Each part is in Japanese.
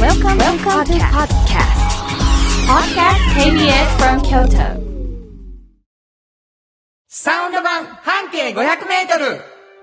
Welcome to podcast KBS from Kyoto. サウンド版半径500メートル。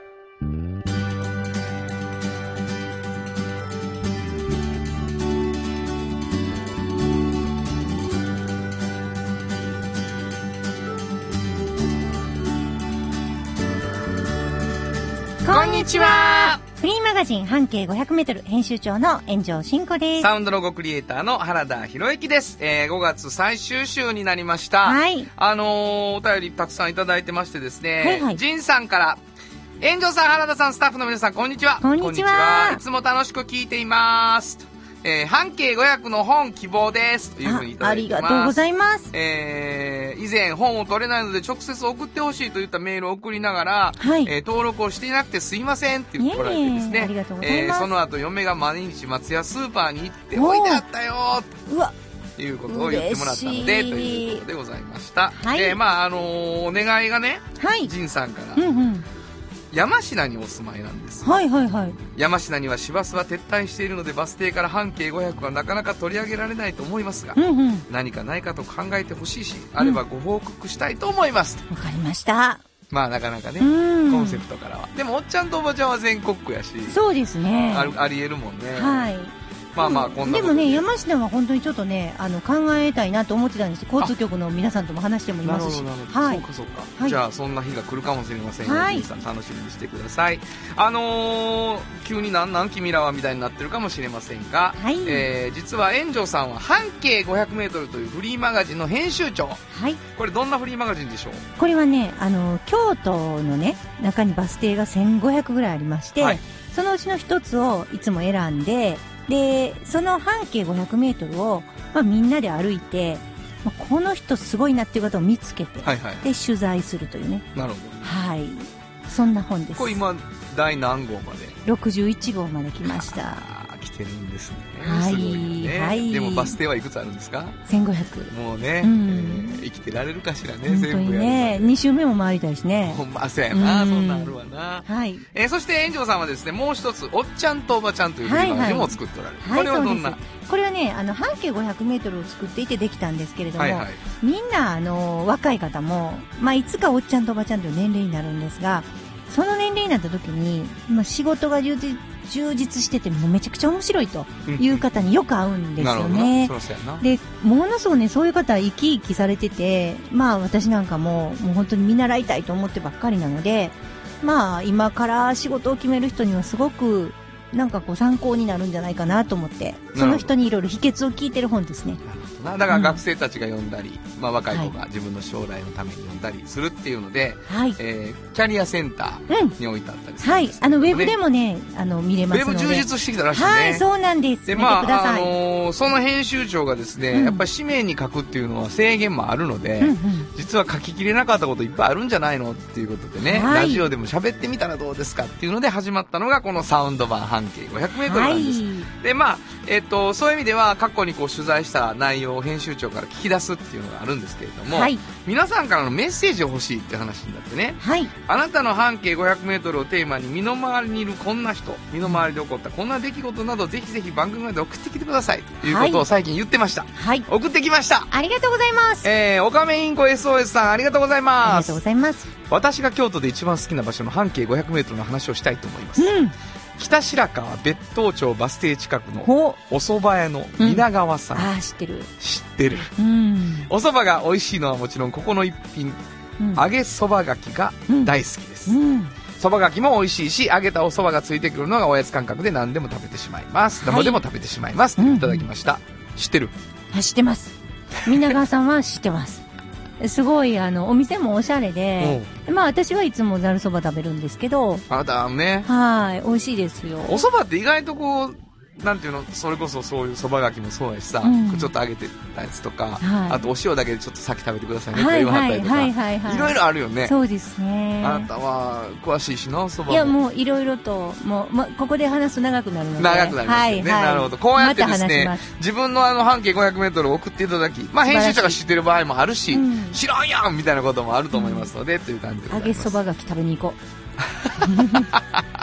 こんにちは。 フリーマガジン半径500メートル編集長の炎上真子です。 サウンドロゴクリエイターの原田博之です。5月最終週になりました。 はい。 お便りたくさんいただいてましてですね。 はいはい。 ジンさんから、炎上さん、原田さん、スタッフの皆さん、こんにちは。 こんにちは。 いつも楽しく聞いています。半径500の本希望ですというふうにいただいてます。 ありがとうございます。 以前本を取れないので直接送ってほしいといったメールを送りながら、 はい、 登録をしていなくてすいませんって言ってこられてですね、 ありがとうございます。 その後嫁が毎日松屋スーパーに行っておいてあったよということを言ってもらったのでということでございました。 はい、 お願いがね、 はい、 ジンさんから、 うんうん、 山科にお住まいなんです。 はいはいはい。 山科には市バスは撤退しているのでバス停から半径500はなかなか取り上げられないと思いますが、 うんうん、 何かないかと考えてほしいし、あればご報告したいと思います。 わかりました。 まあなかなかね、コンセプトからは。でもおっちゃんとおばちゃんは全国区やし、 そうですね。 ありえるもんね。 はい。 まあまあこんなでもね、山科は本当にちょっとね、考えたいなと思ってたんです。交通局の皆さんとも話してもいますし。 なるほど、 はい、 そうかそうか、 はい、 じゃあそんな日が来るかもしれませんよ。 はい、 皆さん楽しみにしてください。急になん君らはみたいになってるかもしれませんが、 はい、 実は炎上さんは半径 500m というフリーマガジンの編集長。 はい。 これどんなフリーマガジンでしょう？ これはね、京都のね、中にバス停が1500ぐらいありまして、はい、そのうちの一つをいつも選んで、で、その半径500メートルを、みんなで歩いて、この人すごいなっていう方を見つけて、 はいはい、 で、取材するというね。 なるほど。 はい。そんな本です。 これ今、第何号まで ？61号まで来ました。 来てるんですね。 はい。 すごいね。 はい。 でもバス停はいくつあるんですか ？1500。 もうね、生きてられるかしらね、 本当にね、全部やる。2周目も回りたいしね。 ほんま、そうやな、そんなんあるわな。 はい。 そして炎上さんはですね、もう一つ、おっちゃんとおばちゃんというフリーマガジンも作っておられる。 はいはい、 これはどんな？ これはね、半径500メートルを作っていてできたんですけれども、 はいはい、 みんな、若い方も、いつかおっちゃんとおばちゃんという年齢になるんですが、その年齢になった時に、仕事が充実しててもめちゃくちゃ面白いという方によく会うんですよね。で、ものすごくね、そういう方は生き生きされてて、私なんかもう本当に見習いたいと思ってばっかりなので、今から仕事を決める人にはすごくなんか参考になるんじゃないかなと思って、その人にいろいろ秘訣を聞いてる本ですね。 だから学生たちが読んだり、若い子が自分の将来のために読んだりするっていうので、はい、キャリアセンターに置いてあったりするんですけど、ね、 ウェブでもね、見れますので。 ウェブ充実してきたらしいね。 はい、そうなんです。 で、 見てください。 その編集長がですね、やっぱり紙面に書くっていうのは制限もあるので、実は書ききれなかったこといっぱいあるんじゃないのっていうことでね、ラジオでも喋ってみたらどうですかっていうので始まったのがこのサウンド版半径 500m なんです。で、そういう意味では過去に取材した内容を編集長から聞き出すっていうのがあるんですけれども、皆さんからのメッセージを欲しいって話になってね、あなたの半径 500m をテーマに身の回りにいるこんな人、身の回りで起こったこんな出来事などぜひぜひ番組まで送ってきてくださいということを最近言ってました。送ってきました。 ありがとうございます。 おかめインコ SOS さん、ありがとうございます。 ありがとうございます。 私が京都で一番好きな場所の半径 500m の話をしたいと思います。北白川別当町バス停近くのお蕎麦屋の稲川さん、 知ってる。 お蕎麦が美味しいのはもちろんここの一品、揚げ蕎麦がきが大好きです。蕎麦がきも美味しいし、揚げたお蕎麦がついてくるのがおやつ感覚で何でも食べてしまいます。どこでも食べてしまいます、いただきました。知ってる？ 知ってます。皆川さんは知ってます。すごいお店もおしゃれで、私はいつもざるそば食べるんですけど、 あなたね、 はい、美味しいですよ。 お蕎麦って意外となんていうの、それこそそういう蕎麦がきもそうやしさ、ちょっと揚げてたやつとか、あとお塩だけでちょっと先食べてくださいねって言わはったりとか、いろいろあるよね。 そうですね。 あなたは詳しいしな、蕎麦。 いや、もういろいろと、ここで話すと長くなるので。 長くなりますよね。なるほど。こうやってですね、自分の半径 500m を送っていただき、編集者が知ってる場合もあるし、知らんやんみたいなこともあると思いますので、という感じでございます。 揚げ蕎麦がき食べに行こう。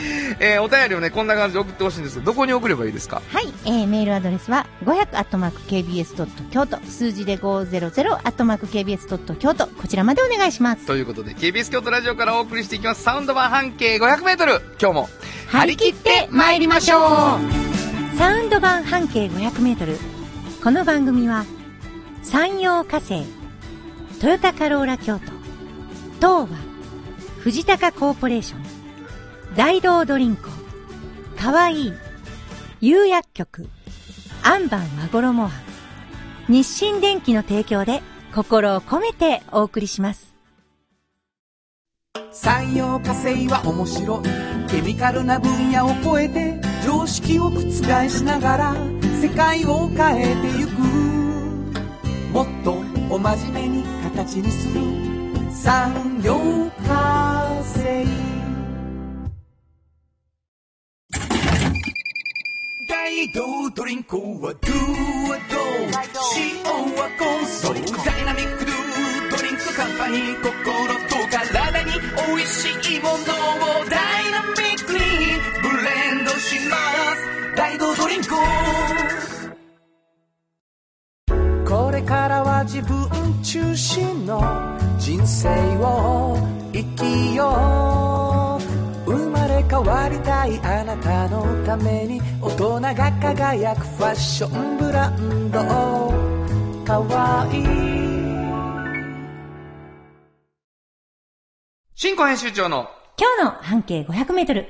お便りをね、こんな感じで送ってほしいんですけど、どこに送ればいいですか？ はい、メールアドレスは500@kbs.kyoto、数字で500@kbs.kyoto、こちらまでお願いします。 ということで KBS 京都ラジオからお送りしていきます、サウンド版半径 500m、 今日も張り切って参りましょう。 サウンド版半径 500m、 この番組は山陽火星、トヨタカローラ京都、東和、藤高コーポレーション、大道ドリンク、かわいい、釉薬局、アンバン和衣庵、日清電機の提供で心を込めてお送りします。 産業化成は面白いケミカルな分野を超えて常識を覆しながら世界を変えてゆく、もっとお真面目に形にする産業化成。大道ドリンクはドゥはドゥ、塩はコンソー、ダイナミックドゥドリンクカンパニー、心と体に美味しいものをダイナミックにブレンドします。大道ドリンク。これからは自分中心の人生を生きよう、生まれ変わりたいあなたのために大人が輝くファッションブランド、かわいい。 新庫編集長の今日の半径 500m。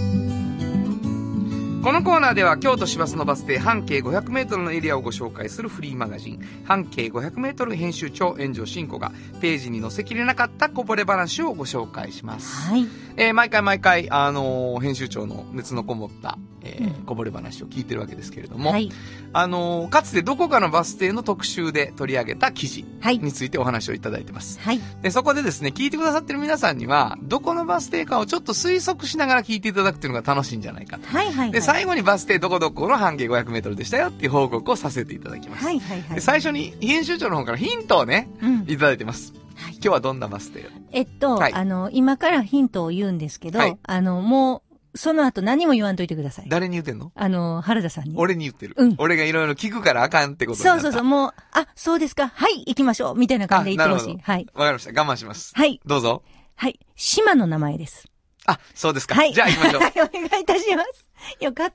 このコーナーでは京都市バスのバス停半径 500m のエリアをご紹介するフリーマガジン半径 500m 編集長炎上真子がページに載せきれなかったこぼれ話をご紹介します。 はい。 毎回編集長の熱のこもった、こぼれ話を聞いてるわけですけれども、 はい。 かつてどこかのバス停の特集で取り上げた記事はい。 についてお話をいただいてます。 はい。 で、そこでですね、聞いてくださってる皆さんにはどこのバス停かをちょっと推測しながら聞いていただくっていうのが楽しいんじゃないかと。 はい。はい。 で、最後にバス停どこどこの半径 500m でしたよっていう報告をさせていただきます。 はい。はい。はい。 で、最初に編集長の方からヒントをね、 うん。 いただいてます。 はい。 今日はどんなバス停？はい今からヒントを言うんですけど、 はい、 もう、その後何も言わんといてください。 誰に言ってんの？ 原田さんに。 俺に言ってる。 うん。 俺がいろいろ聞くからあかんってことになった。 そう、もう、そうですか。はい、行きましょう。みたいな感じで言ってほしい。はい。 わかりました。我慢します。 はい。 どうぞ。 はい。島の名前です。 あ、そうですか。 はい。 じゃあ行きましょう。 はい、お願いいたします。よかった。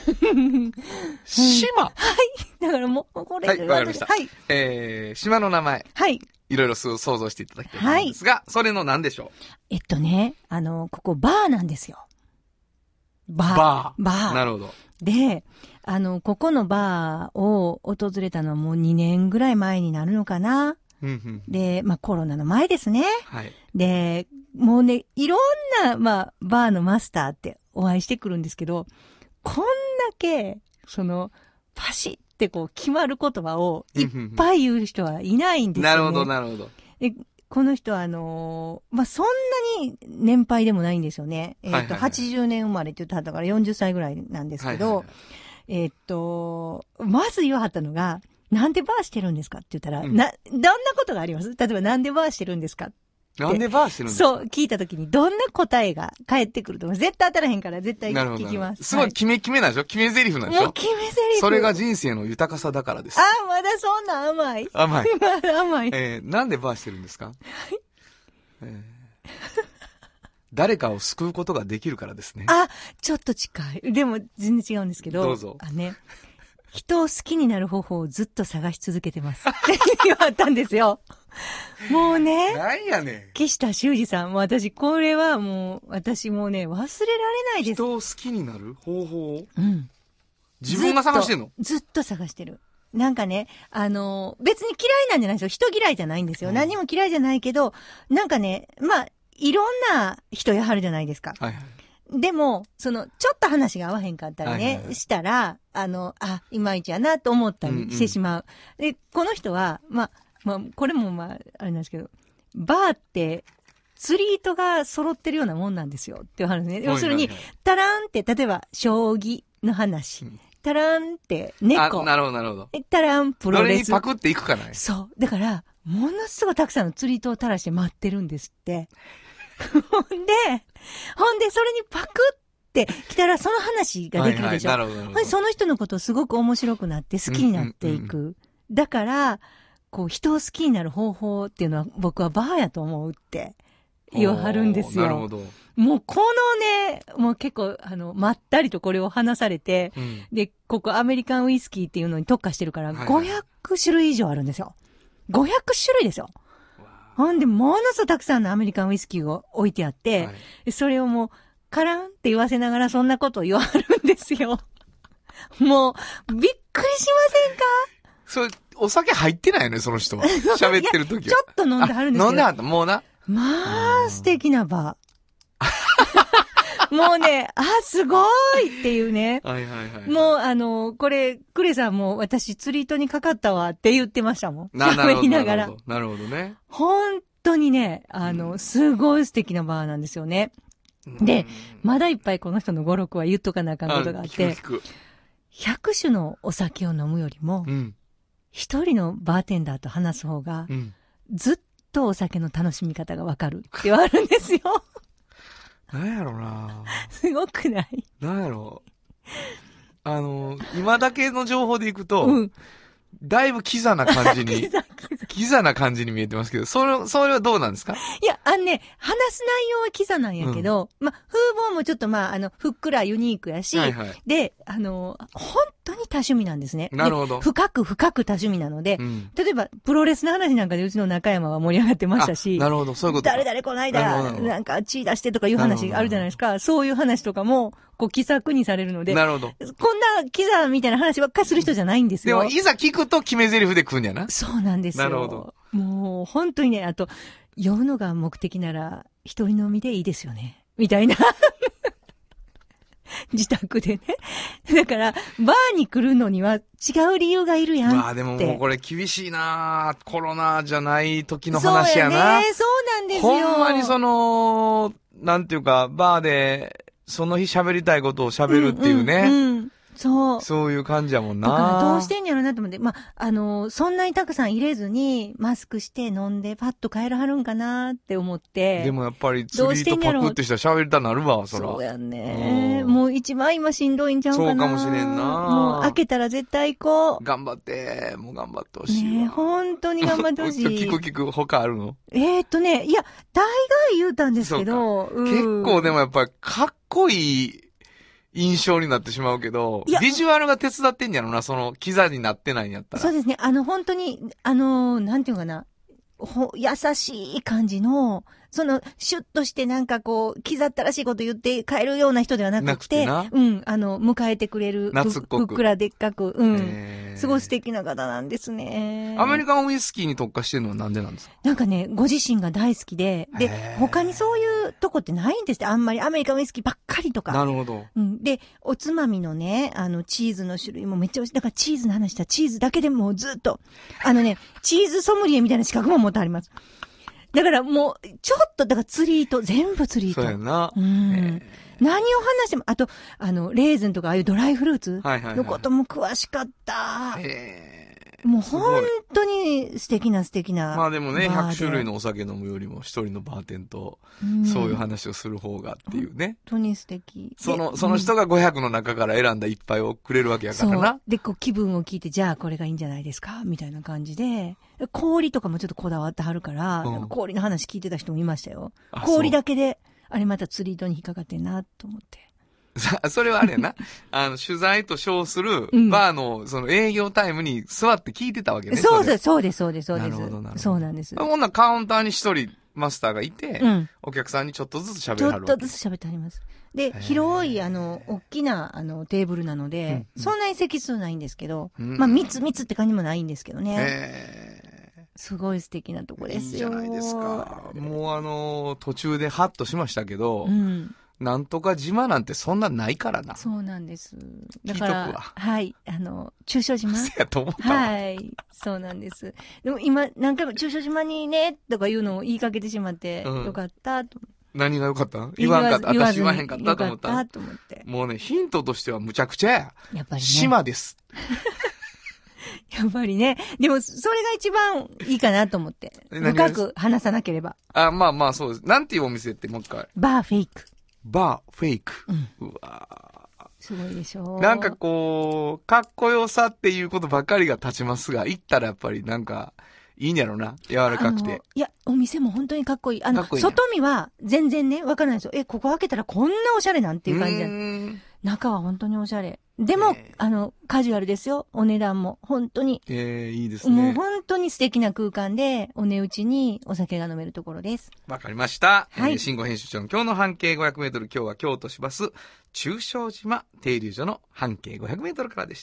島、 はい。だからもう、これ。 はい、わかりました。 はい。 島の名前。 はい。 いろいろ想像していただきたいと思うんですが、それの何でしょう？ ここバーなんですよ。 バー。 なるほど。 で、ここのバーを訪れたのはもう2年ぐらい前になるのかな。で、コロナの前ですね。 はい。 で、もうね、いろんな、バーのマスターってお会いしてくるんですけど、こんだけ、パシッって決まる言葉をいっぱい言う人はいないんですよね。 なるほど。 で、この人はそんなに年配でもないんですよね。80年生まれって言ってはったから40歳ぐらいなんですけど、まず言わはったのが、なんでバーしてるんですかって言ったら、どんなことがあります？例えばなんでバーしてるんですか？ なんでバーしてるんですか？ そう、聞いたときにどんな答えが返ってくると思う。絶対当たらへんから絶対聞きます。 すごい決めなんでしょ？決め台詞なんでしょ？ もう決め台詞。 それが人生の豊かさだからです。 まだそんな甘い。 甘い。 まだ甘い。 なんでバーしてるんですか？誰かを救うことができるからですね。 ちょっと近い。でも全然違うんですけど。 どうぞ。 人を好きになる方法をずっと探し続けてます。って言われたんですよ。もうね。 何やねん。 岸田修二さん。これは私もね、忘れられないです。 人を好きになる方法を？ うん。 自分が探してんの？ ずっと探してる。なんかね、別に嫌いなんじゃないですよ。人嫌いじゃないんですよ。何も嫌いじゃないけど、なんかね、いろんな人やはるじゃないですか。 はいはい。 でも、ちょっと話が合わへんかったりね、したら、いまいちやなと思ったりしてしまう。で、この人は、これもあれなんですけど、バーって、釣り糸が揃ってるようなもんなんですよっていう話ね。要するに、タランって、例えば、将棋の話。タランって、猫。 なるほど。 タランプロレス。 どれにパクっていくかない？ そう。だから、ものすごいたくさんの釣り糸を垂らして待ってるんですって。ほんで、それにパクっって来たらその話ができるでしょ。 はいはい、なるほど。 ほんでその人のことすごく面白くなって好きになっていく。だから、こう人を好きになる方法っていうのは僕はバーやと思うって言わはるんですよ。 なるほど。 もうこのね、もう結構まったりとこれを話されて、で、ここアメリカンウイスキーっていうのに特化してるから500種類以上あるんですよ。500種類ですよ。ほんで、ものすごくたくさんのアメリカンウイスキーを置いてあって、それをもう、カランって言わせながらそんなことを言わはるんですよ。もう、びっくりしませんか？それ、お酒入ってないよね、その人は。喋ってる時は。 ちょっと飲んではるんですよ。 飲んではった、もうな。 まあ、素敵なバー。もうね、すごいっていうね。 はいはいはい。 もうこれ、クレさんも私釣り糸にかかったわって言ってましたもん。 なるほど。 ながら。 なるほどね。 本当にね、すごい素敵なバーなんですよね。で、まだいっぱいこの人の語録は言っとかなあかんことがあって、100種のお酒を飲むよりも、一人のバーテンダーと話す方が、ずっとお酒の楽しみ方がわかるって言われるんですよ。 なんやろなすごくない？ なんやろ今だけの情報でいくと、だいぶキザな感じに、キザな感じに見えてますけど、それはどうなんですか？ いや、話す内容はキザなんやけど、風貌もちょっとふっくらユニークやし、で、本当に多趣味なんですね。 なるほど。 深く多趣味なので、例えば、プロレスの話なんかでうちの中山は盛り上がってましたし、 なるほど、そういうこと。 誰々こないだ、なんか血出してとかいう話あるじゃないですか。そういう話とかも、気さくにされるので、 なるほど。 こんなキザみたいな話ばっかりする人じゃないんですよ。 でも、いざ聞くと決め台詞で来るんやな。 そうなんですよ。 なるほど。 もう、本当にね、あと、酔うのが目的なら、一人飲みでいいですよね。みたいな。自宅でね。だから、バーに来るのには違う理由がいるやんって。 まあでももうこれ厳しいなコロナじゃない時の話やな。 そうやね。そうなんですよ。 ほんまになんていうか、バーで、その日喋りたいことを喋るっていうね。そういう感じやもんな。 だからどうしてんやろなと思って、そんなにたくさん入れずに、マスクして飲んでパッと帰らはるんかなって思って。 でもやっぱり釣りとパクってしたら喋りたなるわ、そら。 そうやね。もう一番今しんどいんちゃうかな。 そうかもしれんな。 もう開けたら絶対行こう。 頑張って、もう頑張ってほしいわ。 ね、本当に頑張ってほしい。 聞く、他あるの？ いや、大概言うたんですけど。 結構でもやっぱりかっこいい印象になってしまうけど、ビジュアルが手伝ってんやろな、キザになってないんやったら。 そうですね。本当に、なんていうかな、優しい感じの、シュッとしてなんかキザったらしいこと言って帰るような人ではなくて、迎えてくれる、 夏っぽく。 ふっくらでっかく、すごい素敵な方なんですね。 アメリカンウイスキーに特化してるのはなんでなんですか？ なんかね、ご自身が大好きで、他にそういうとこってないんですって、あんまりアメリカンウイスキーばっかりとか。 なるほど。 で、おつまみのね、チーズの種類もめっちゃ美味しい。だからチーズの話したらチーズだけでもうずっと、チーズソムリエみたいな資格も持ってあります。だからもう、ちょっと、だから釣り糸、全部釣り糸。 そうやな。 何を話しても、あと、レーズンとかああいうドライフルーツのことも詳しかった。もう本当に素敵な。 まあでもね、100種類のお酒飲むよりも一人のバーテンと、そういう話をする方がっていうね。 本当に素敵。 その人が500の中から選んだ一杯をくれるわけやからな。 で、気分を聞いて、じゃあこれがいいんじゃないですかみたいな感じで、氷とかもちょっとこだわってはるから、氷の話聞いてた人もいましたよ。氷だけで、あれまた釣り糸に引っかかってんなと思って。 それはあれやな。取材と称する、バーの、営業タイムに座って聞いてたわけね。 そうです。なるほど。 そうなんです。 ほんならカウンターに一人マスターがいて、お客さんにちょっとずつ喋るはるわけ。 ちょっとずつ喋ってはります。で、広い、大きな、テーブルなので、そんなに席数ないんですけど、密って感じもないんですけどね。すごい素敵なとこですよ。 いいじゃないですか。もう途中でハッとしましたけど、なんとか島なんてそんなないからな。 そうなんです。だから、はい、中小島。 そうやと思ったわ。 はい、そうなんです。でも今、何回も中小島にね、とかいうのを言いかけてしまって、よかったと。 何がよかった言わんかった。私言わへんかったと思った。 よかったと思って。 もうね、ヒントとしてはむちゃくちゃや。 やっぱりね。 島です。 やっぱりね。でも、それが一番いいかなと思って。深く話さなければ。 まあそうです。なんていうお店ってもう一回。 バーフェイク。 バー、フェイク。 うん、 うわすごいでしょう。 なんかこう、かっこよさっていうことばかりが立ちますが、行ったらやっぱりなんか、いいんやろな。柔らかくて。 いや、お店も本当にかっこいい。 かっこいいね外見は全然ね、わからないですよ。ここ開けたらこんなおしゃれなんていう感じで。中は本当におしゃれ。でも、カジュアルですよ。お値段も。本当に。 いいですね。 もう本当に素敵な空間で、お値打ちにお酒が飲めるところです。 わかりました。 はい。 新語編集長の今日の半径500メートル。今日は京都市バス、中小島停留所の半径500メートルからでした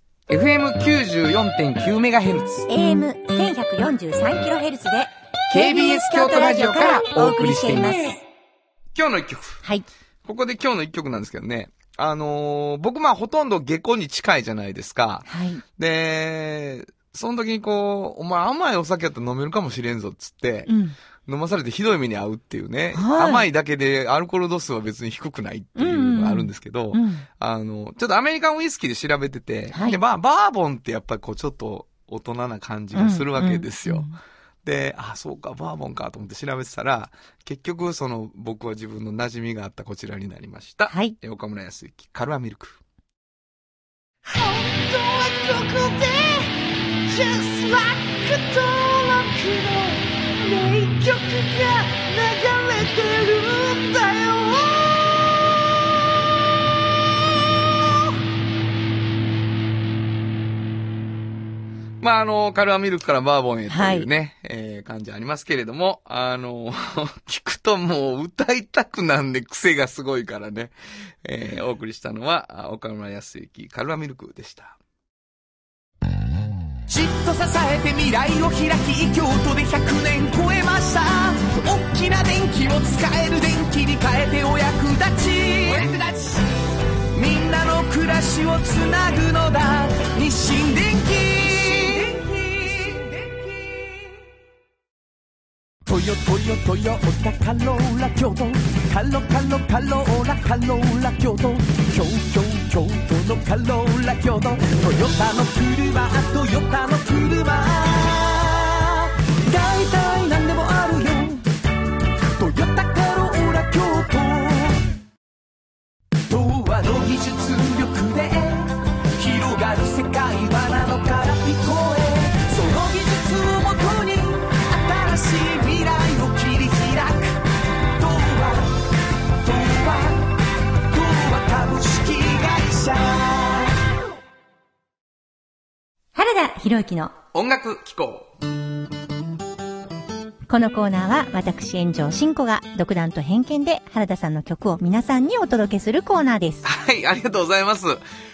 。FM94.9MHz。 AM1143kHz で、 KBS 京都ラジオからお送りしています。今日の一曲。 はい。 ここで今日の一曲なんですけどね。僕ほとんど下戸に近いじゃないですか。 はい。 で、その時にこう、お前甘いお酒やったら飲めるかもしれんぞっつって、 うん、 飲まされてひどい目に遭うっていうね、 はい、 甘いだけでアルコール度数は別に低くないっていうのがあるんですけど、ちょっとアメリカンウイスキーで調べてて、 はい、 でバーボンってやっぱりこうちょっと大人な感じがするわけですよ。で、そうか、バーボンかと思って調べてたら、結局僕は自分の馴染みがあったこちらになりました。 はい。 岡村康之、カルアミルク。 本当はここで Just like 登録の名曲が流れてるんだよ。 カルアミルクからバーボンへというね、はい、感じありますけれども、聞くともう歌いたくなんで癖がすごいからね、お送りしたのは、岡村康之、カルアミルクでした。 じっと支えて未来を開き、京都で100年超えました。大きな電気を使える電気に変えてお役立ち、みんなの暮らしをつなぐのだ、日清電気。トヨタカローラ京都、カローラ京都、京都のカローラ京都、トヨタの車、だいたいなんでもあるよ、トヨタカローラ京都。童話の技術力で広がる世界はなのから聞こえ、その技術をもとに新しい未来を切り開く。株式会社原田博之の音楽機構。 このコーナーは私炎上真子が独断と偏見で原田さんの曲を皆さんにお届けするコーナーです。 はい、ありがとうございます。もう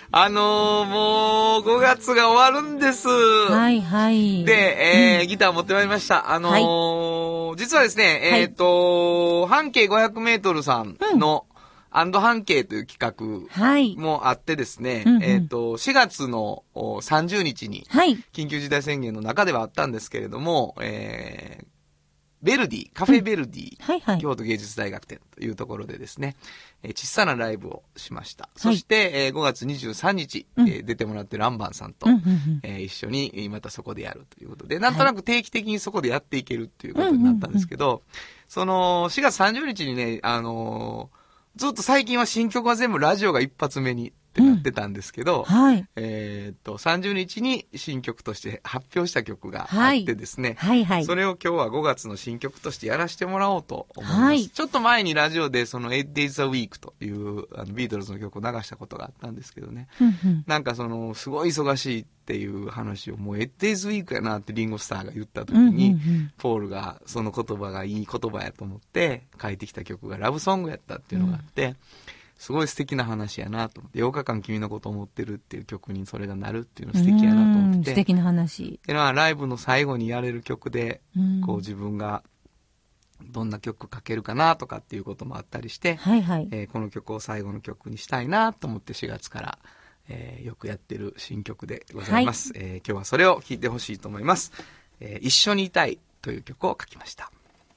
5月が終わるんです。はいはい。 で、ギター持ってまいりました。実はですね、半径500メートルさんの、アンド半径という企画もあってですね、4月の30日に、緊急事態宣言の中ではあったんですけれども、ベルディ、カフェベルディ、京都芸術大学店というところでですね、小さなライブをしました。そして、5月23日、出てもらってるアンバンさんと、一緒にまたそこでやるということで、なんとなく定期的にそこでやっていけるということになったんですけど、その4月30日にね、ずっと最近は新曲は全部ラジオが一発目にってなってたんですけど、30日に新曲として発表した曲があってですね、それを今日は5月の新曲としてやらせてもらおうと思います。ちょっと前にラジオでその 8 Days a Week というビートルズの曲を流したことがあったんですけどね、なんかすごい忙しいっていう話をもう8 Days a Week やなってリンゴスターが言った時に、ポールがその言葉がいい言葉やと思って書いてきた曲がラブソングやったっていうのがあって、すごい素敵な話やなと思って、8日間君のことを思ってるっていう曲にそれがなるっていうの素敵やなと思って。 素敵な話。 で、ライブの最後にやれる曲で、こう自分がどんな曲書けるかなとかっていうこともあったりして、この曲を最後の曲にしたいなと思って4月から、よくやってる新曲でございます。今日はそれを聴いてほしいと思います。一緒にいたいという曲を書きました。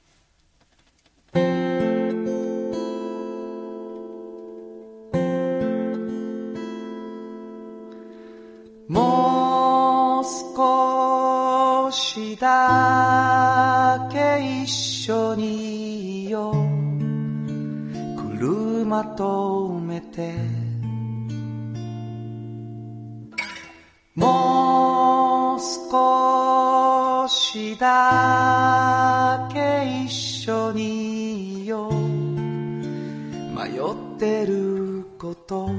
もう少しだけ一緒にいよう。車車止めてもう少しだけ一緒にいよう迷ってること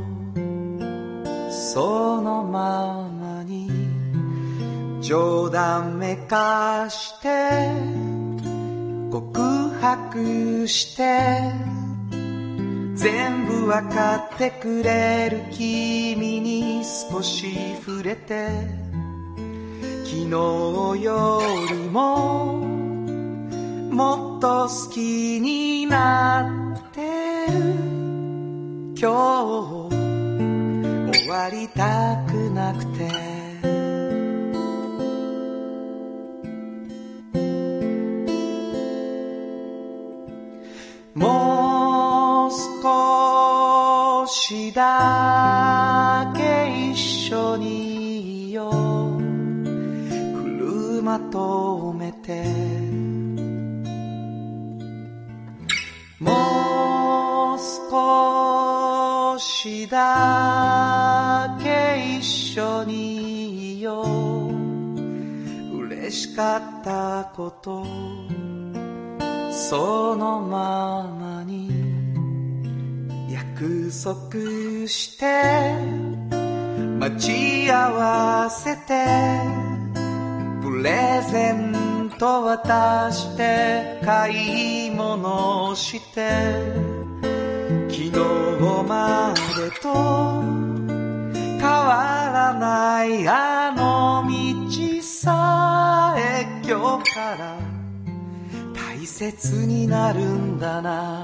そのままに冗談めかして告白して全部わかってくれる君に少し触れて昨日よりももっと好きになってる今日終わりたくなくてもう少しだけ一緒にいよう車止めてもう少しだけ一緒にいよう嬉しかったことそのままに約束して待ち合わせてプレゼント渡して買い物して昨日までと変わらないあの道さえ今日から大切になるんだな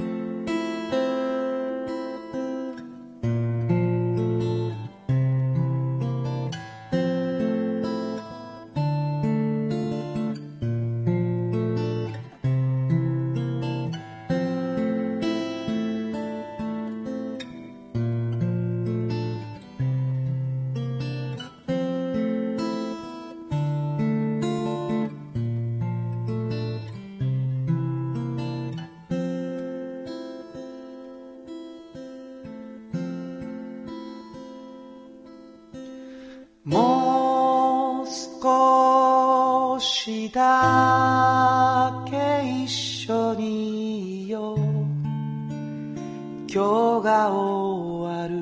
もう少しだけ一緒にいよう今日が終わる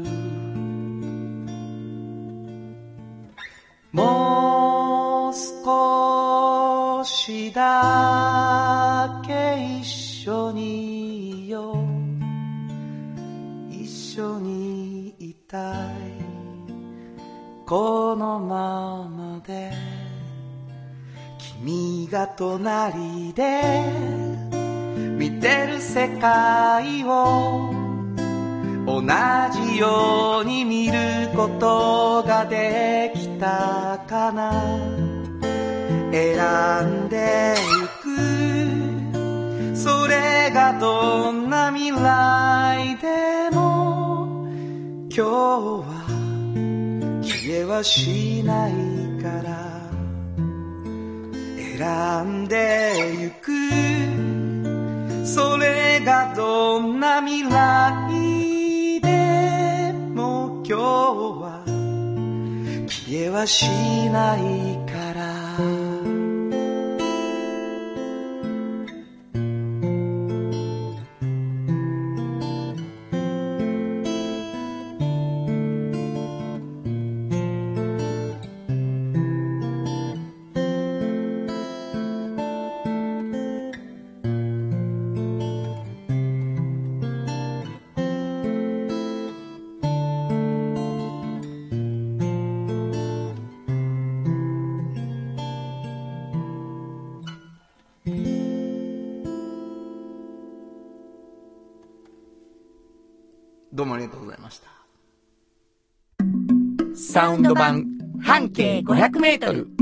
もう少しだけ一緒にいよう一緒にいたいこのままで君が隣で見てる世界を同じように見ることができたかな選んでゆくそれがどんな未来でも今日は消えはしないから選んでゆくそれがどんな未来でも今日は消えはしないからどうもありがとうございました。 サウンド版半径500メートル。 も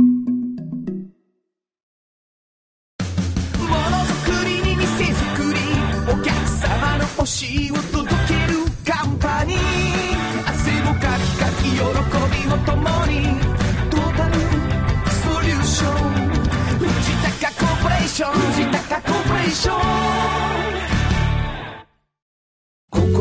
のづくりに店づくりお客様の欲しいを届けるカンパニー汗もかきかき喜びもともにトータルソリューション藤高コーポレーション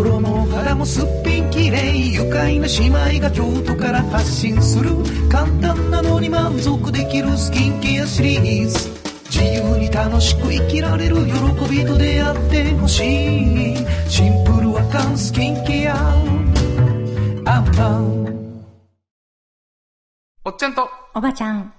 姉妹が京都から発信する簡単なのに満足できるスキンケアシリーズ。自由に楽しく生きられる喜びと出会ってほしい。シンプルアカンスキンケアアンパン。 おっちゃんとおばちゃん。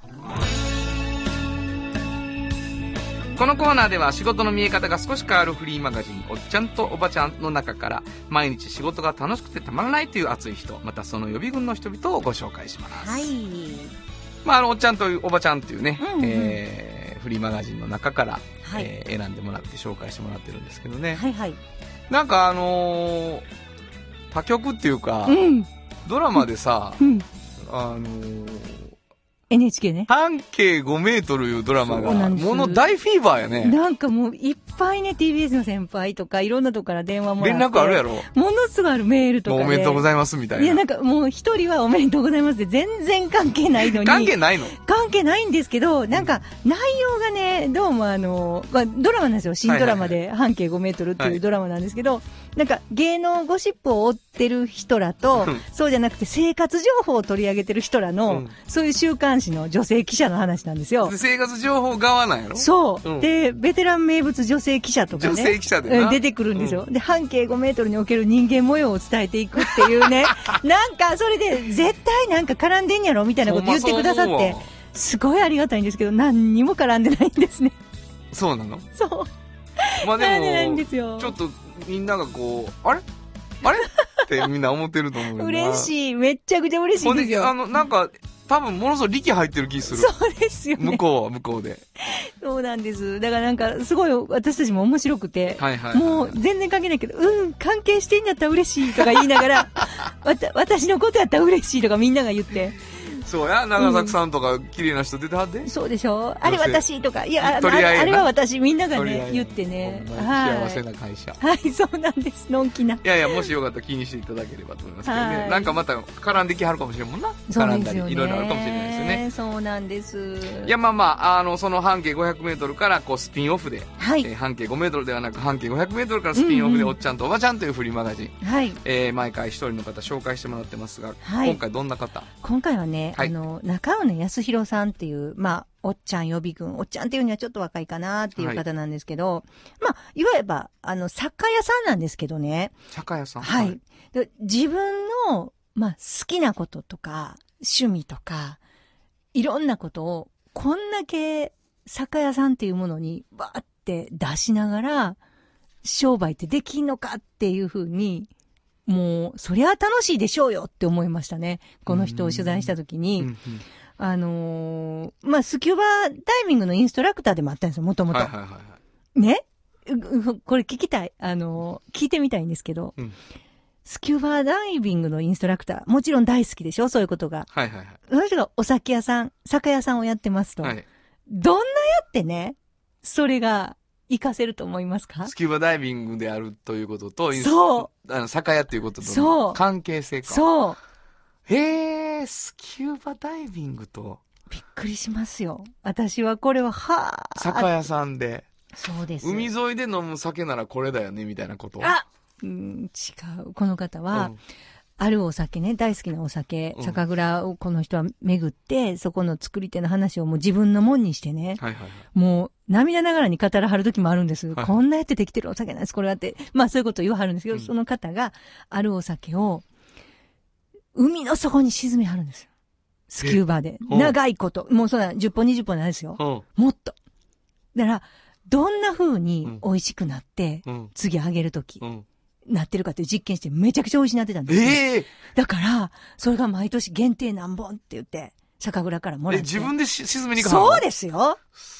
このコーナーでは仕事の見え方が少し変わるフリーマガジンおっちゃんとおばちゃんの中から毎日仕事が楽しくてたまらないという熱い人、またその予備軍の人々をご紹介します。 はい。 おっちゃんとおばちゃんというね、 うんうんフリーマガジンの中から、 はい、 選んでもらって紹介してもらってるんですけどね。 はいはい。 なんか他局っていうか、 うん、 ドラマでさ、 うん、NHK ね。 半径5メートルいうドラマが、もの大フィーバーやね。 なんかもういっぱいね、TBS の先輩とかいろんなとこから電話もらって。 連絡あるやろ。 ものすごいあるメールとかで。 おめでとうございますみたいな。 いやなんかもう一人はおめでとうございますって全然関係ないのに。 関係ないの？ 関係ないんですけど、なんか内容がね、どうもドラマなんですよ。新ドラマで半径5メートルっていうドラマなんですけど、なんか芸能ゴシップを追ってる人らと、そうじゃなくて生活情報を取り上げてる人らの、そういう週刊誌の女性記者の話なんですよ。 生活情報側なんやろ？ そう。で、ベテラン名物女性記者とかね。 女性記者でな。 出てくるんですよ。で、半径5メートルにおける人間模様を伝えていくっていうね。なんか、それで絶対なんか絡んでんやろみたいなこと言ってくださって、すごいありがたいんですけど、何にも絡んでないんですね。 そうなの？ そう。 まあでも、 絡んでないんですよ。 ちょっとみんながこう、あれってみんな思ってると思うよな。 嬉しい。めっちゃくちゃ嬉しいですよ。 なんか、多分ものすごい力入ってる気する。 そうですよね。 向こうは向こうで。 そうなんです。だからなんか、すごい私たちも面白くて、 はいはいはい、 もう全然関係ないけど、関係してんだったら嬉しいとか言いながら、私のことやったら嬉しいとかみんなが言って。 そうや、長作さんとか綺麗な人出てはって、 そうでしょ、あれ私とか、いや、あれは私、みんながね、言ってね。 幸せな会社。 はい、そうなんです。のんきな。 いやいや、もしよかったら気にしていただければと思いますけどね。なんかまた絡んできはるかもしれんもんな。絡んだり、いろいろあるかもしれないですよね。 そうなんです。 いや、その半径500メートルからこうスピンオフで、半径5メートルではなく半径500メートルからスピンオフでおっちゃんとおばちゃんというフリーマガジン。はい。毎回一人の方紹介してもらってますが、今回どんな方？ 今回はね、中尾康弘さんっていう、おっちゃん予備軍、おっちゃんっていうにはちょっと若いかなっていう方なんですけど、いわゆる作家屋さんなんですけどね。 作家屋さん？ はい。で自分の、好きなこととか、趣味とか、いろんなことを、こんだけ作家屋さんっていうものにバーって出しながら、商売ってできんのかっていうふうに、もう、そりゃ楽しいでしょうよって思いましたね。この人を取材したときに。スキューバダイビングのインストラクターでもあったんですよ、もともと。ね？これ聞きたい。聞いてみたいんですけど、スキューバダイビングのインストラクター、もちろん大好きでしょ、そういうことが。その人がお酒屋さん、酒屋さんをやってますと。どんなやってね、それが活かせると思いますか？ スキューバダイビングであるということと、酒屋っていうこととの関係性か。 そう。 スキューバダイビングと。 びっくりしますよ。私はこれは、 酒屋さんで。 そうです。 海沿いで飲む酒ならこれだよね、みたいなこと。 違う。この方は、あるお酒ね、大好きなお酒、酒蔵をこの人は巡って、そこの作り手の話をもう自分のもんにしてね、もう涙ながらに語らはる時もあるんです。こんなやってできてるお酒なんです、これはって。そういうことを言わはるんですけど、その方があるお酒を、海の底に沈めはるんですよ。スキューバーで。長いこと。もうそんな10本20本なんですよ。もっと。だから、どんな風に美味しくなって、次揚げるとき、なってるかっていう実験してめちゃくちゃ美味しくなってたんですよ。だから、それが毎年限定何本って言って、酒蔵からもらって。 自分で沈めに行くの？ そうですよ。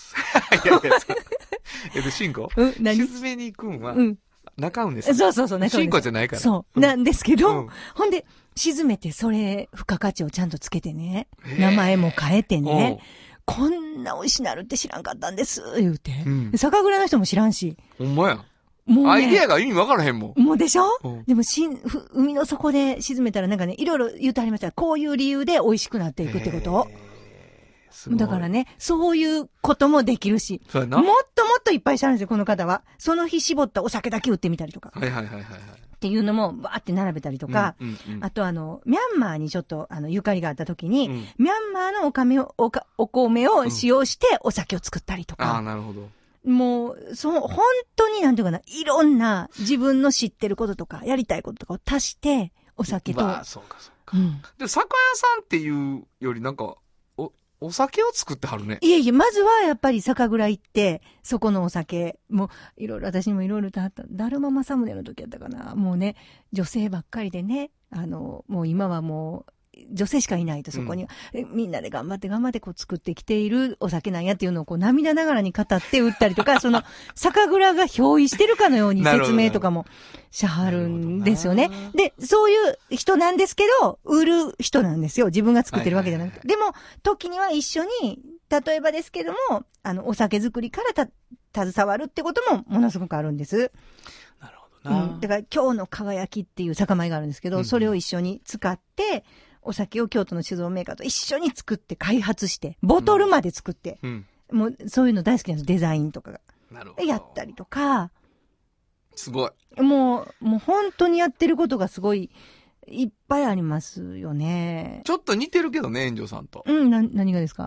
シンコ？沈めに行くんは、中運です。 そう、中運。 シンコじゃないから。 そう。なんですけど、ほんで、沈めてそれ、付加価値をちゃんとつけてね、名前も変えてね、こんな美味しなるって知らんかったんです、言うて。酒蔵の人も知らんし。 ほんまや。もうアイディアが意味わからへんもん。 もうでしょ？でも海の底で沈めたらなんかね、いろいろ言うてありました。こういう理由で美味しくなっていくってこと。だからね、そういうこともできるし、もっともっといっぱいしてあるんですよ、この方は。その日絞ったお酒だけ売ってみたりとか。っっていうのもバーって並べたりとか、あとミャンマーにちょっとゆかりがあった時に、ミャンマーのお米を使用してお酒を作ったりとか。 なるほど。 もう、本当になんていうかな、いろんな自分の知ってることとか、やりたいこととかを足して、お酒と。 そうかそうか。で、酒屋さんっていうよりなんか、お酒を作ってはるね。 いえいえ、まずはやっぱり酒蔵行って、そこのお酒、もう、いろいろ、私にもいろいろとあった。だるま政宗の時やったかな。もうね、女性ばっかりでね、もう今はもう、女性しかいないとそこに、みんなで頑張ってこう作ってきているお酒なんやっていうのをこう涙ながらに語って売ったりとか、その酒蔵が憑依してるかのように説明とかもしはるんですよね。で、そういう人なんですけど、売る人なんですよ。自分が作ってるわけじゃなくて。でも、時には一緒に、例えばですけども、お酒作りから携わるってこともものすごくあるんです。 なるほどな。 だから今日の輝きっていう酒米があるんですけど、それを一緒に使って、お酒を京都の酒造メーカーと一緒に作って開発して、ボトルまで作って、もうそういうの大好きなんです。デザインとかが。 なるほど。 やったりとか。 すごい。 もう本当にやってることがすごい、いっぱいありますよね。 ちょっと似てるけどね、炎上さんと。 何がですか？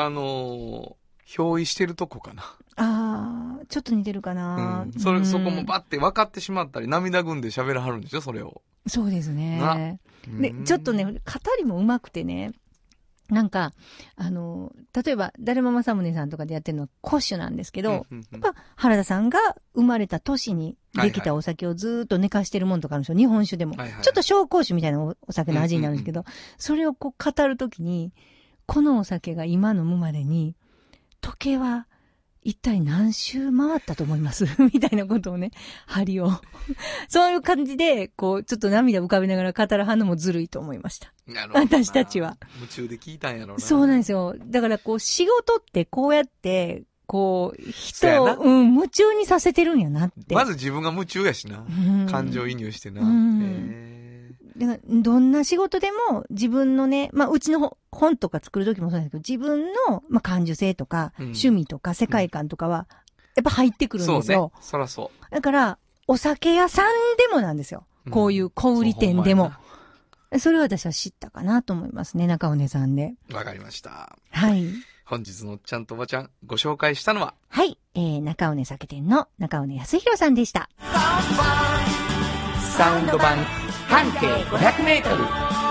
憑依してるとこかな。 ちょっと似てるかな。 そこもバッて分かってしまったり、涙ぐんで喋らはるんでしょ、それを。 そうですね。で、ちょっとね、語りも上手くてね、なんか、例えば、だるま政宗さんとかでやってるのは古酒なんですけど、やっぱ原田さんが生まれた年にできたお酒をずーっと寝かしてるもんとかあるんですよ。日本酒でも。ちょっと紹興酒みたいなお酒の味になるんですけど、それをこう語るときに、このお酒が今飲むまでに、時計は一体何周回ったと思いますみたいなことをね、針を。そういう感じで、こう、ちょっと涙浮かべながら語らはんのもずるいと思いました。 なるほど。 私たちは。 夢中で聞いたんやろうな。 そうなんですよ。だからこう、仕事ってこうやって、こう、人を、夢中にさせてるんやなって。 まず自分が夢中やしな。感情移入してな。 だからどんな仕事でも自分のね、まあ、うちの本とか作るときもそうなんですけど、自分の、まあ、感受性とか、趣味とか世界観とかは、やっぱ入ってくるんですよ。 そうね。そらそう。 だから、お酒屋さんでもなんですよ。こういう小売店でも。それを私は知ったかなと思いますね、中尾根さんで。 わかりました。 はい。 本日のおっちゃんとおばちゃん、ご紹介したのは、 はい、中尾根酒店の中尾根康弘さんでした。 サウンド版半径500メートル。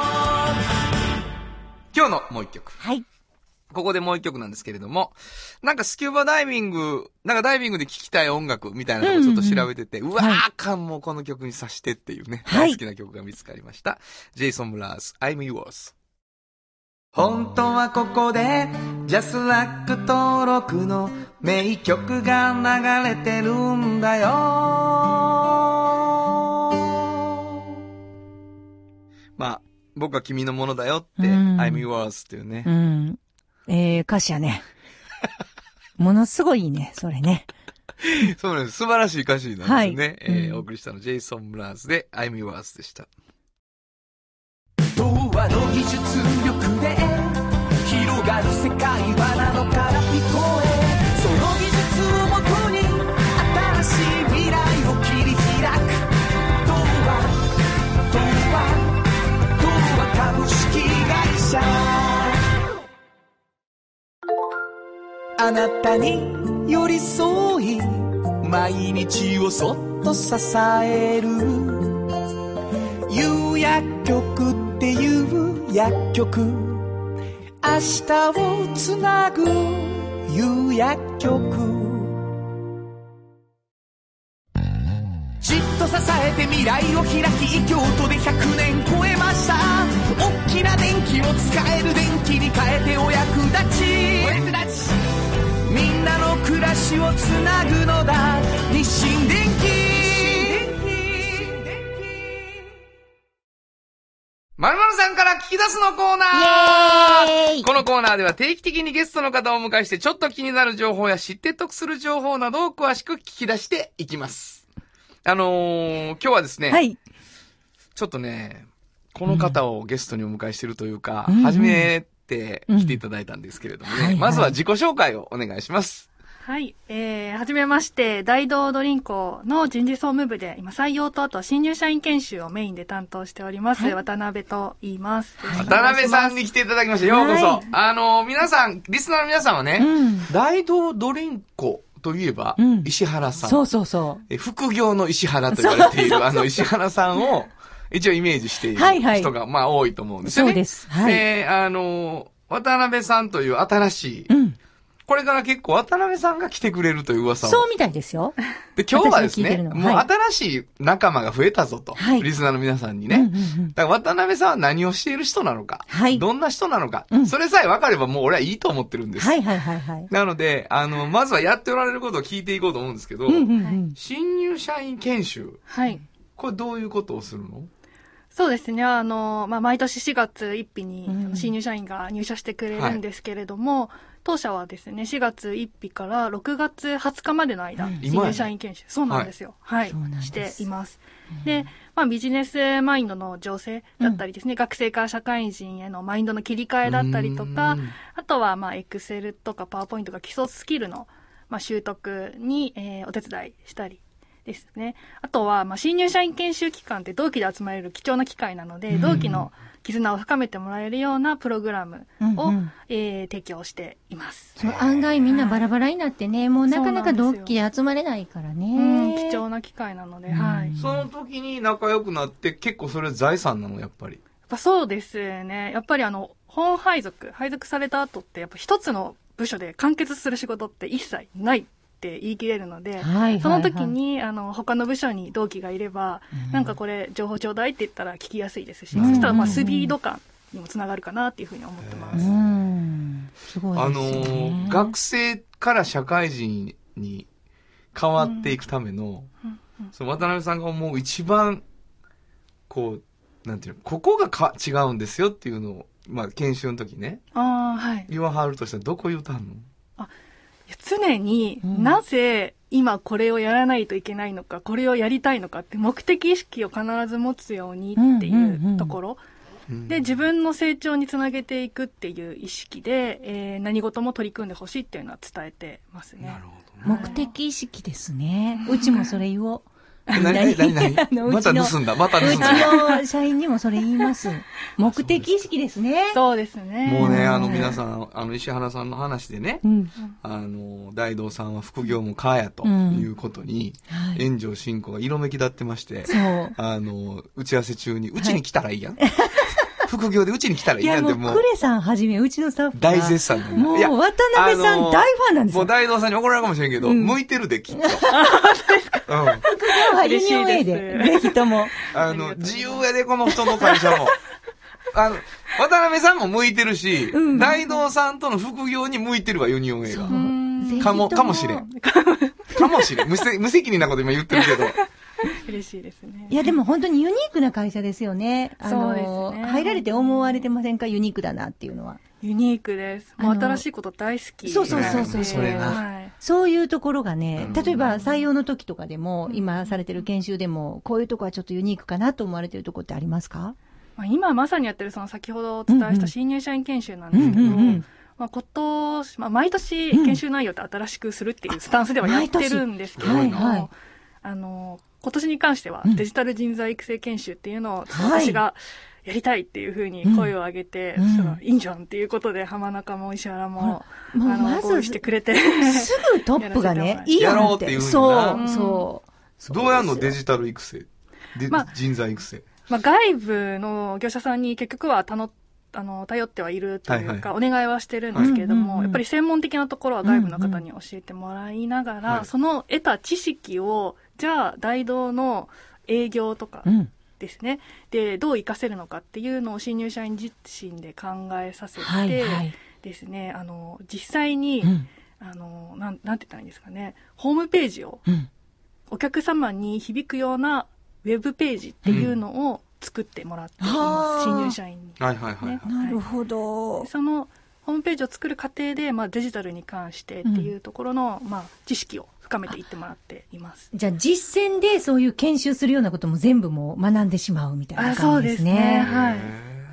今日のもう一曲。 はい。 ここでもう一曲なんですけれども、なんかスキューバダイビング、なんかダイビングで聴きたい音楽みたいなのをちょっと調べてて、うわー感もこの曲にさしてっていうね、大好きな曲が見つかりました。ジェイソン・ムラーズ、I'm Yours。 本当はここでジャスラック登録の名曲が流れてるんだよ。 まあ、僕は君のものだよって、I'm yours っていうね。 歌詞やね。ものすごいいいね、それね。 そうなんです。素晴らしい歌詞なんですよね。お送りしたのジェイソン・ムラーズで I'm yours でした。 童話の技術力で広がる世界はなのから聞こえ、その技術をもとに新しい未来を切り開く。童話株式会社。あなたに寄り添い毎日をそっと支える有薬局っていう薬局、明日をつなぐ有薬局。じっと支えて未来を開き、京都で100年超えました。大きな電気を使える電気に変えてお役立ち、みんなの暮らしをつなぐのだ、日清電気。 〇〇さんから聞き出すのコーナー。 イエーイ。 このコーナーでは定期的にゲストの方をお迎えしてちょっと気になる情報や知って得する情報などを詳しく聞き出していきます。今日はですね、 はい。 ちょっとね、この方をゲストにお迎えしているというか、初めて来ていただいたんですけれどもね、まずは自己紹介をお願いします。 はい。はじめまして、大道ドリンコの人事総務部で、今採用とあと新入社員研修をメインで担当しております。はい、渡辺と言います。 渡辺さんに来ていただきました。ようこそ。はい、皆さん、リスナーの皆さんはね、大道ドリンコといえば、石原さん。 そうそうそう。 副業の石原と言われている、石原さんを、一応イメージしている人が、まあ多いと思うんですよね。 そうです。はい。 渡辺さんという新しい、これから結構渡辺さんが来てくれるという噂を。 そうみたいですよ。 で、今日はですね、もう新しい仲間が増えたぞと。はい、リスナーの皆さんにね。だから渡辺さんは何をしている人なのか。はい、どんな人なのか。それさえ分かればもう俺はいいと思ってるんです。 はいはいはいはい。 なので、まずはやっておられることを聞いていこうと思うんですけど、新入社員研修。 はい。 これどういうことをするの？ そうですね。毎年4月1日に新入社員が入社してくれるんですけれども、当社はですね、4月1日から6月20日までの間、新入社員研修、そうなんですよ。はい。しています。で、ビジネスマインドの醸成だったりですね、学生から社会人へのマインドの切り替えだったりとか、あとは、エクセルとかパワーポイントが基礎スキルの、習得に、お手伝いしたり、ですね。あとは、新入社員研修期間って同期で集まれる貴重な機会なので、同期の絆を深めてもらえるようなプログラムを、提供しています。 そう、案外みんなバラバラになってね、もうなかなか同期で集まれないからね。 貴重な機会なので、はい。 その時に仲良くなって、結構それ財産なの、やっぱり。 そうですね。やっぱり本配属された後って、やっぱ一つの部署で完結する仕事って一切ないって言い切れるので、その時に他の部署に同期がいれば、なんかこれ情報ちょうだいって言ったら聞きやすいですし、そしたらスピード感にもつながるかなっていうふうに思ってます。 すごいですね。 学生から社会人に変わっていくための、その渡辺さんが思う一番なんていうの、ここが違うんですよっていうのを、研修の時ね、言わはるとしたらどこ言うたんの？ 常になぜ今これをやらないといけないのか、これをやりたいのかって目的意識を必ず持つようにっていうところ、で自分の成長につなげていくっていう意識で、何事も取り組んでほしいっていうのは伝えてますね。 なるほどね。 目的意識ですね。うちもそれ言おう。 何また盗んだ。うちの社員にもそれ言います。目的意識ですね。 そうですね。 もうね、皆さん、石原さんの話でね、大道さんは副業もかやということに、炎上進行が色めき立ってまして、打ち合わせ中に、うちに来たらいいやん。副業でうちに来たらいいやんってもう。クレさんはじめ、うちのスタッフ大絶賛だね。 もう、渡辺さん大ファンなんですよ。 もう大道さんに怒られるかもしれんけど、向いてるで、きっと。 副業はユニオン A で、ぜひとも。 自由やで、この人の会社も。渡辺さんも向いてるし、大道さんとの副業に向いてるわ、ユニオン A が。かもしれん。かもしれん。無責任なこと今言ってるけど。 嬉しいですね。 いや、でも本当にユニークな会社ですよね。 そうですね。 入られて思われてませんか？ユニークだなっていうのは。 ユニークです。もう新しいこと大好き。 そう。それな。そういうところがね、例えば採用の時とかでも、今されてる研修でも、こういうとこはちょっとユニークかなと思われてるところってありますか？ 今まさにやってるその先ほどお伝えした新入社員研修なんですけど、毎年研修内容って新しくするっていうスタンスではやってるんですけれども、今年に関してはデジタル人材育成研修っていうのを私がやりたいっていうふうに声を上げて、そしたらいいんじゃんっていうことで浜中も石原も合意してくれて、 すぐトップがね、いいやろうって言うんだ。そう。 どうやんのデジタル育成、人材育成。 外部の業者さんに結局は頼ってはいるというか、お願いはしてるんですけれども、やっぱり専門的なところは外部の方に教えてもらいながら、その得た知識を、じゃあ大道の営業とかですね、でどう活かせるのかっていうのを新入社員自身で考えさせてですね、実際に、なんて言ったらいいんですかね、ホームページをお客様に響くようなウェブページっていうのを作ってもらっています、新入社員に。 なるほど。 そのホームページを作る過程で、デジタルに関してっていうところの、知識を深めていってもらっています。 じゃあ実践でそういう研修するようなことも全部もう学んでしまうみたいな感じですね。 そうですね。はい。 なるほ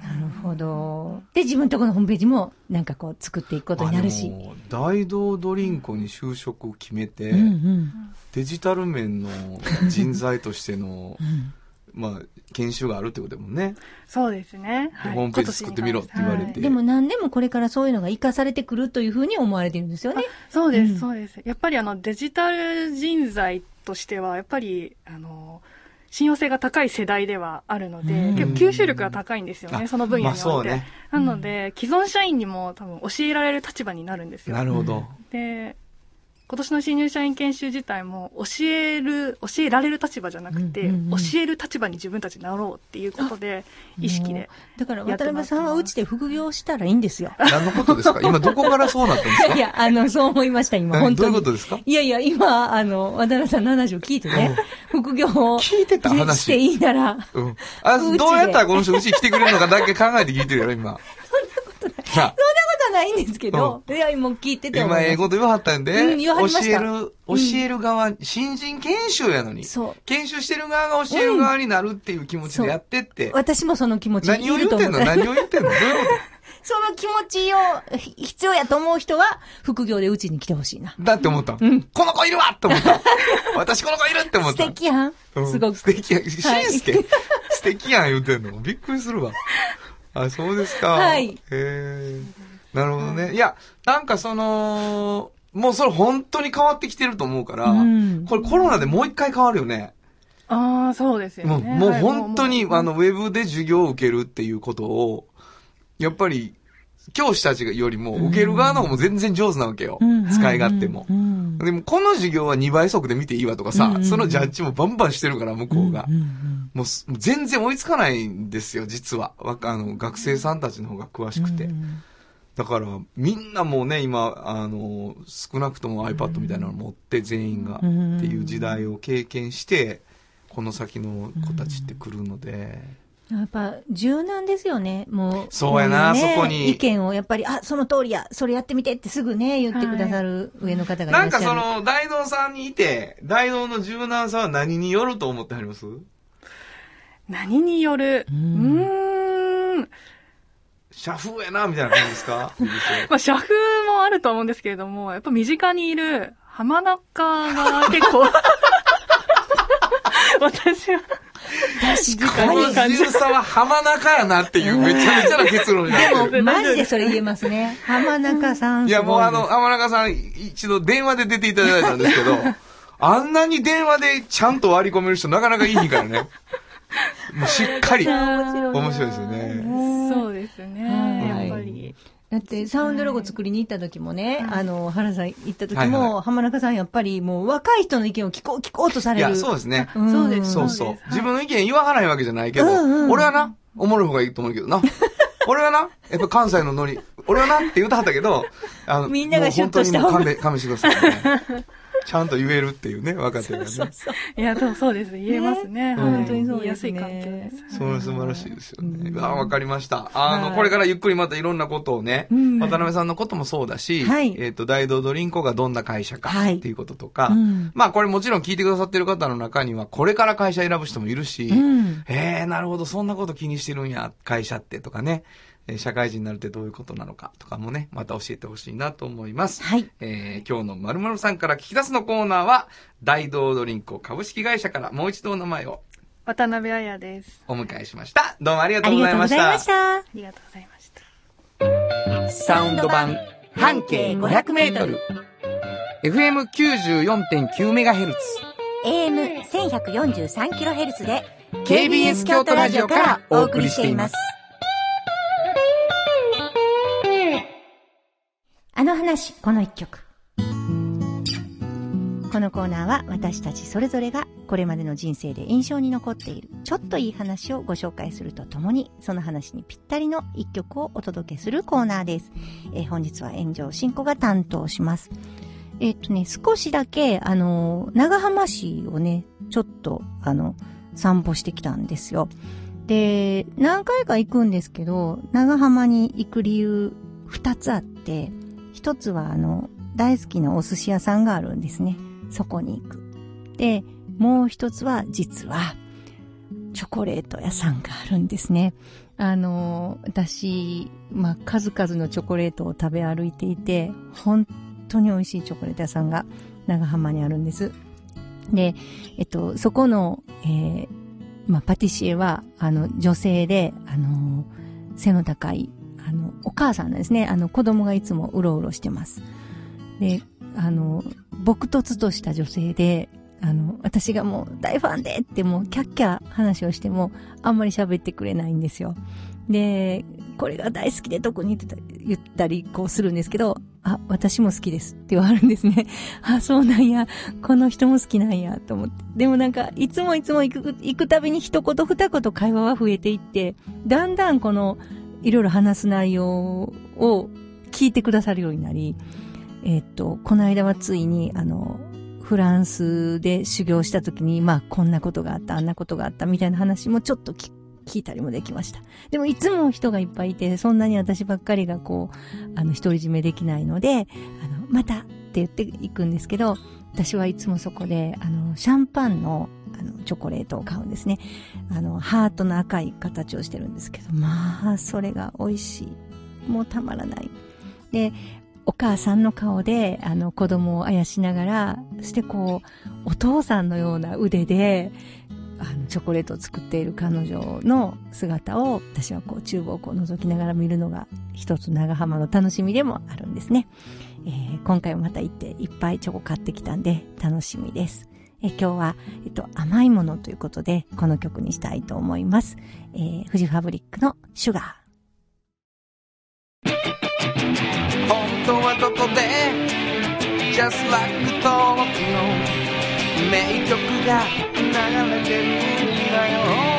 ほど。で、自分とこのホームページもなんかこう作っていくことになるし。 大道ドリンクに就職を決めて、 うんうん、 デジタル面の人材としての、まあ、研修があるってことだもんね。 そうですね。 はい、ホームページ作ってみろって言われて、はい。 でも何でもこれからそういうのが活かされてくるというふうに思われてるんですよね。 そうです、そうです。やっぱりデジタル人材としては、やっぱり、信用性が高い世代ではあるので、結構吸収力が高いんですよね、その分野において。まあそうね、なので、既存社員にも多分教えられる立場になるんですよ。 なるほど。 で、今年の新入社員研修自体も教えられる立場じゃなくて、教える立場に自分たちなろうっていうことで、意識で。 だから渡辺さんはうちで副業したらいいんですよ。 何のことですか？今どこからそうなったんですか？ いや、そう思いました、今、本当に。 どういうことですか？ いやいや、今、渡辺さんの話を聞いてね、副業を聞いてた話していいなら、 どうやったらこの人うち来てくれるのかだけ考えて聞いてるよ、今。 そんなことないんですけど、いや、もう聞いてて今、英語で言わはったんで、 言わはりました。 教える側、新人研修やのに、研修してる側が教える側になるっていう気持ちでやってって。 私もその気持ち何を言ってんの？何を言ってんの？どういうこと？ その気持ちを必要やと思う人は、副業でうちに来てほしいな。 だって思った。この子いるわって思った。私この子いるって思った。 素敵やん。すごく。 素敵やん。しんすけ素敵やん言うてんの。びっくりするわ。あ、そうですか。 はい。 なるほどね。いや、なんかもうそれ本当に変わってきてると思うから、これコロナでもう一回変わるよね。 ああ、そうですよね。 もう本当に、ウェブで授業を受けるっていうことを、やっぱり、教師たちよりも、受ける側の方も全然上手なわけよ。使い勝手も。でも、この授業は2倍速で見ていいわとかさ、そのジャッジもバンバンしてるから、向こうが。もう、全然追いつかないんですよ、実は。学生さんたちの方が詳しくて。だから、みんなもうね、今、少なくとも iPad みたいなのを持って全員が、っていう時代を経験して、この先の子たちって来るので、 やっぱ柔軟ですよね。もう。 そうやな、そこに。 意見をやっぱり、その通りや、それやってみてってすぐね、言ってくださる上の方がいらっしゃる。 なんか大道さんにいて、大道の柔軟さは何によると思ってはります？ 何による？ 社風やな、みたいな感じですか？ まあ、社風もあると思うんですけれども、やっぱ身近にいる浜中が結構、私は、 この自由さは浜中やなっていうめちゃめちゃな結論になってる。 でも、マジでそれ言えますね。浜中さん。 いや、もう浜中さん、一度電話で出ていただいたんですけど、あんなに電話でちゃんと割り込める人なかなかいいからね。もうしっかり。面白いですよね。 そうですね。やっぱり。 だって、サウンドロゴ作りに行った時もね、原さん行った時も、浜中さんやっぱりもう若い人の意見を聞こうとされる。 いや、そうですね。 そうです。 そうそう。自分の意見言わはないわけじゃないけど、俺はな、おもろい方がいいと思うけどな。俺はな、やっぱ関西のノリ、俺はなって言うたはったけど、 みんながシュッとした方が。 もう本当に勘弁してくださいね。ちゃんと言えるっていうね、若手がね。 いや、でもそうです。言えますね。 本当にそうですね。 言いやすい環境です。 それ素晴らしいですよね。わかりました。これからゆっくりまたいろんなことをね、渡辺さんのこともそうだし、大道ドリンコがどんな会社かっていうこととか、まあこれもちろん聞いてくださってる方の中には、これから会社選ぶ人もいるし、なるほど、そんなこと気にしてるんや、会社ってとかね。社会人になるってどういうことなのかとかもね、また教えてほしいなと思います。 はい。 今日の〇〇さんから聞き出すのコーナーは、大道ドリンコ株式会社からもう一度お名前を。 渡辺彩です。 お迎えしました。どうもありがとうございました。 ありがとうございました。 サウンド版半径500メートル。FM94.9MHz。 AM1143kHz で、 KBS 京都ラジオからお送りしています。 あの話、この一曲。このコーナーは私たちそれぞれがこれまでの人生で印象に残っているちょっといい話をご紹介するとともに、その話にぴったりの一曲をお届けするコーナーです。本日は炎上進行が担当します。少しだけ長浜市をね、ちょっと散歩してきたんですよ。で、何回か行くんですけど、長浜に行く理由2つあって、一つは大好きなお寿司屋さんがあるんですね。そこに行く。で、もう一つは実は、 チョコレート屋さんがあるんですね。私、数々のチョコレートを食べ歩いていて、本当に美味しいチョコレート屋さんが長浜にあるんです。で、そこの、パティシエは、女性で、背の高い、お母さんなんですね。子供がいつもうろうろしてます。で、朴突とした女性で、私がもう大ファンでってもうキャッキャ話をしてもあんまり喋ってくれないんですよ。で、これが大好きで特に言ったりこうするんですけど、私も好きですって言われるんですね。そうなんや。この人も好きなんやと思って。でもなんか、いつも行くたびに一言二言会話は増えていって、だんだんこの、いろいろ話す内容を聞いてくださるようになり、この間はついに、フランスで修行した時に、こんなことがあった、あんなことがあったみたいな話もちょっと聞いたりもできました。でもいつも人がいっぱいいて、そんなに私ばっかりがこう、独り占めできないので、またって言っていくんですけど、私はいつもそこで、シャンパンの、チョコレートを買うんですね。ハートの赤い形をしてるんですけど、それが美味しい。もうたまらない。で、お母さんの顔で、子供をあやしながら、そしてこう、お父さんのような腕で、チョコレートを作っている彼女の姿を、私はこう、厨房をこう覗きながら見るのが、一つ長浜の楽しみでもあるんですね。今回もまた行っていっぱいチョコ買ってきたんで、楽しみです。今日は、甘いものということで、この曲にしたいと思います。フジファブリックのシュガー。 本当はどこで Just like 登録の名曲が流れてるんだよ。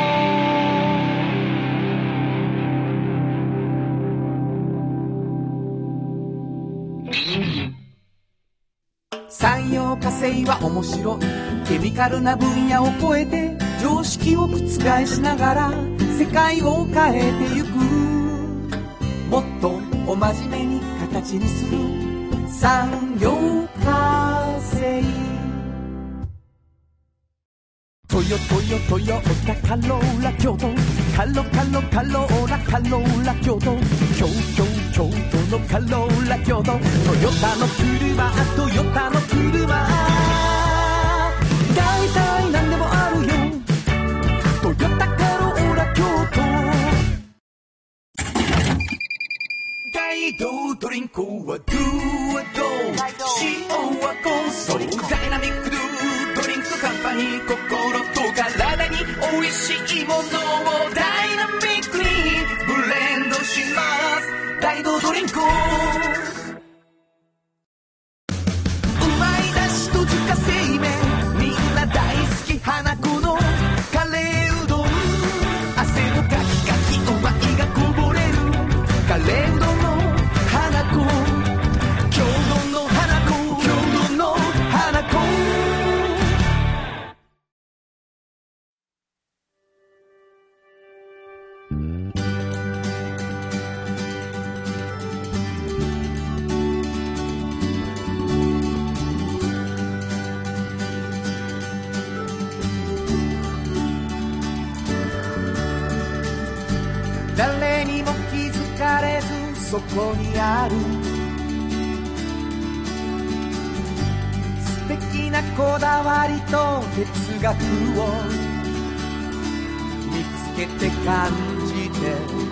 産業化成は面白いケミカルな分野を超えて常識を覆しながら世界を変えてゆく、もっとお真面目に形にする産業化成。トヨタカローラ京都、カローラ京都、京都のカローラ京都、トヨタの車、大体何でもあるよ、トヨタカローラ京都。大道ドリンクはドゥはド塩はコンソリダイナミックドゥドリンクカンパニー、心と体に美味しいものをダイナミックにブレンドします。大道ドリンク、うまいだしと自家製麺、みんな大好き花子のカレーうどん、汗のかきかきうまいがこぼれるカレーうどんの花子、京都の花子、京都の花子。誰にも気づかれずそこにある素敵なこだわりと哲学を見つけて感じて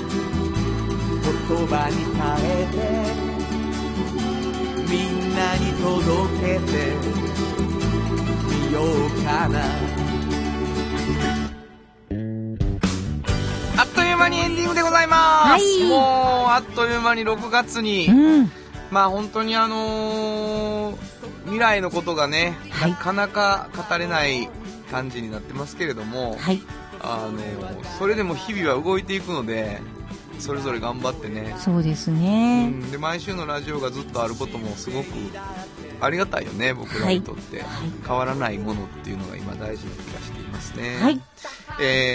言葉に変えてみんなに届けてみようかな。 あっという間にエンディングでございます、もうあっという間に6月に、本当に未来のことがね、なかなか語れない感じになってますけれども、それでも日々は動いていくのでそれぞれ頑張ってね。 そうですね、 で毎週のラジオがずっとあることもすごくありがたいよね、僕らにとって、変わらないものっていうのが今大事な気がしています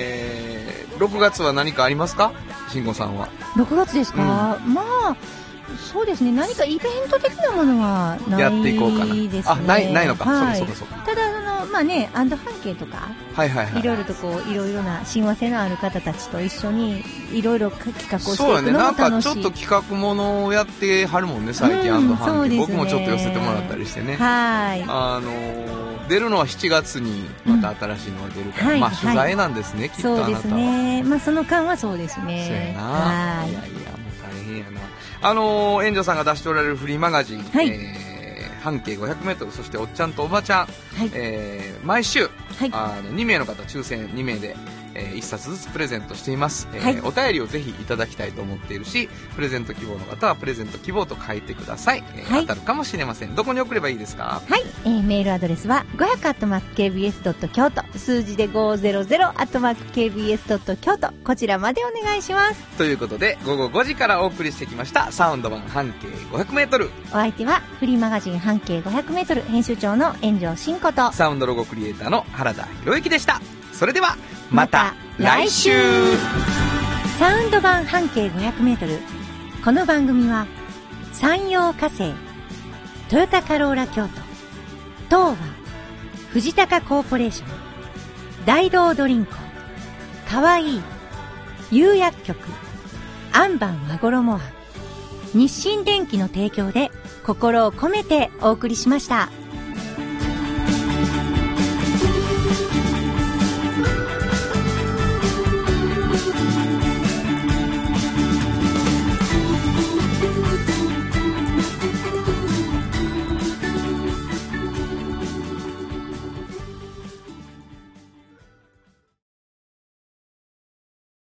ね。6月は何かありますか、慎吾さんは。 6月ですか、 そうですね、何かイベント的なものはないやっていこうかな。 ですね。 あ、ないのか。 はい、 そうか。 ただまあね、アンド半径とか、 はいはいはい。 いろいろといろいろな親和性のある方たちと一緒にいろいろ企画をしていくのも楽しい。 そうよね、なんかちょっと企画ものをやってはるもんね、最近、アンド半径、僕もちょっと寄せてもらったりしてね。 はい。 出るのは7月にまた新しいのが出るから、まあ取材なんですね、きっとあなたは。 そうですね。まあその間はそうですね。 そうやな。いや、もう大変やな。園長さんが出しておられるフリーマガジン、半径 500m、 そしておっちゃんとおばちゃん、毎週、2名の方抽選2名で、1冊ずつプレゼントしています、お便りをぜひいただきたいと思っているし、プレゼント希望の方はプレゼント希望と書いてください、当たるかもしれません。どこに送ればいいですか？ はい、メールアドレスは 500@kbs. 京都、数字で 500@kbs. 京都、こちらまでお願いします。 ということで午後5時からお送りしてきましたサウンド版半径 500m。 お相手はフリーマガジン半径 500m 編集長の炎上真子とサウンドロゴクリエイターの原田博之でした。それではまた来週。 サウンド版半径 500m。 この番組は山陽火星、トヨタカローラ京都、東和、藤高コーポレーション、大道ドリンク、かわいい、釉薬局、アンバン和衣庵、日清電機の提供で心を込めてお送りしました。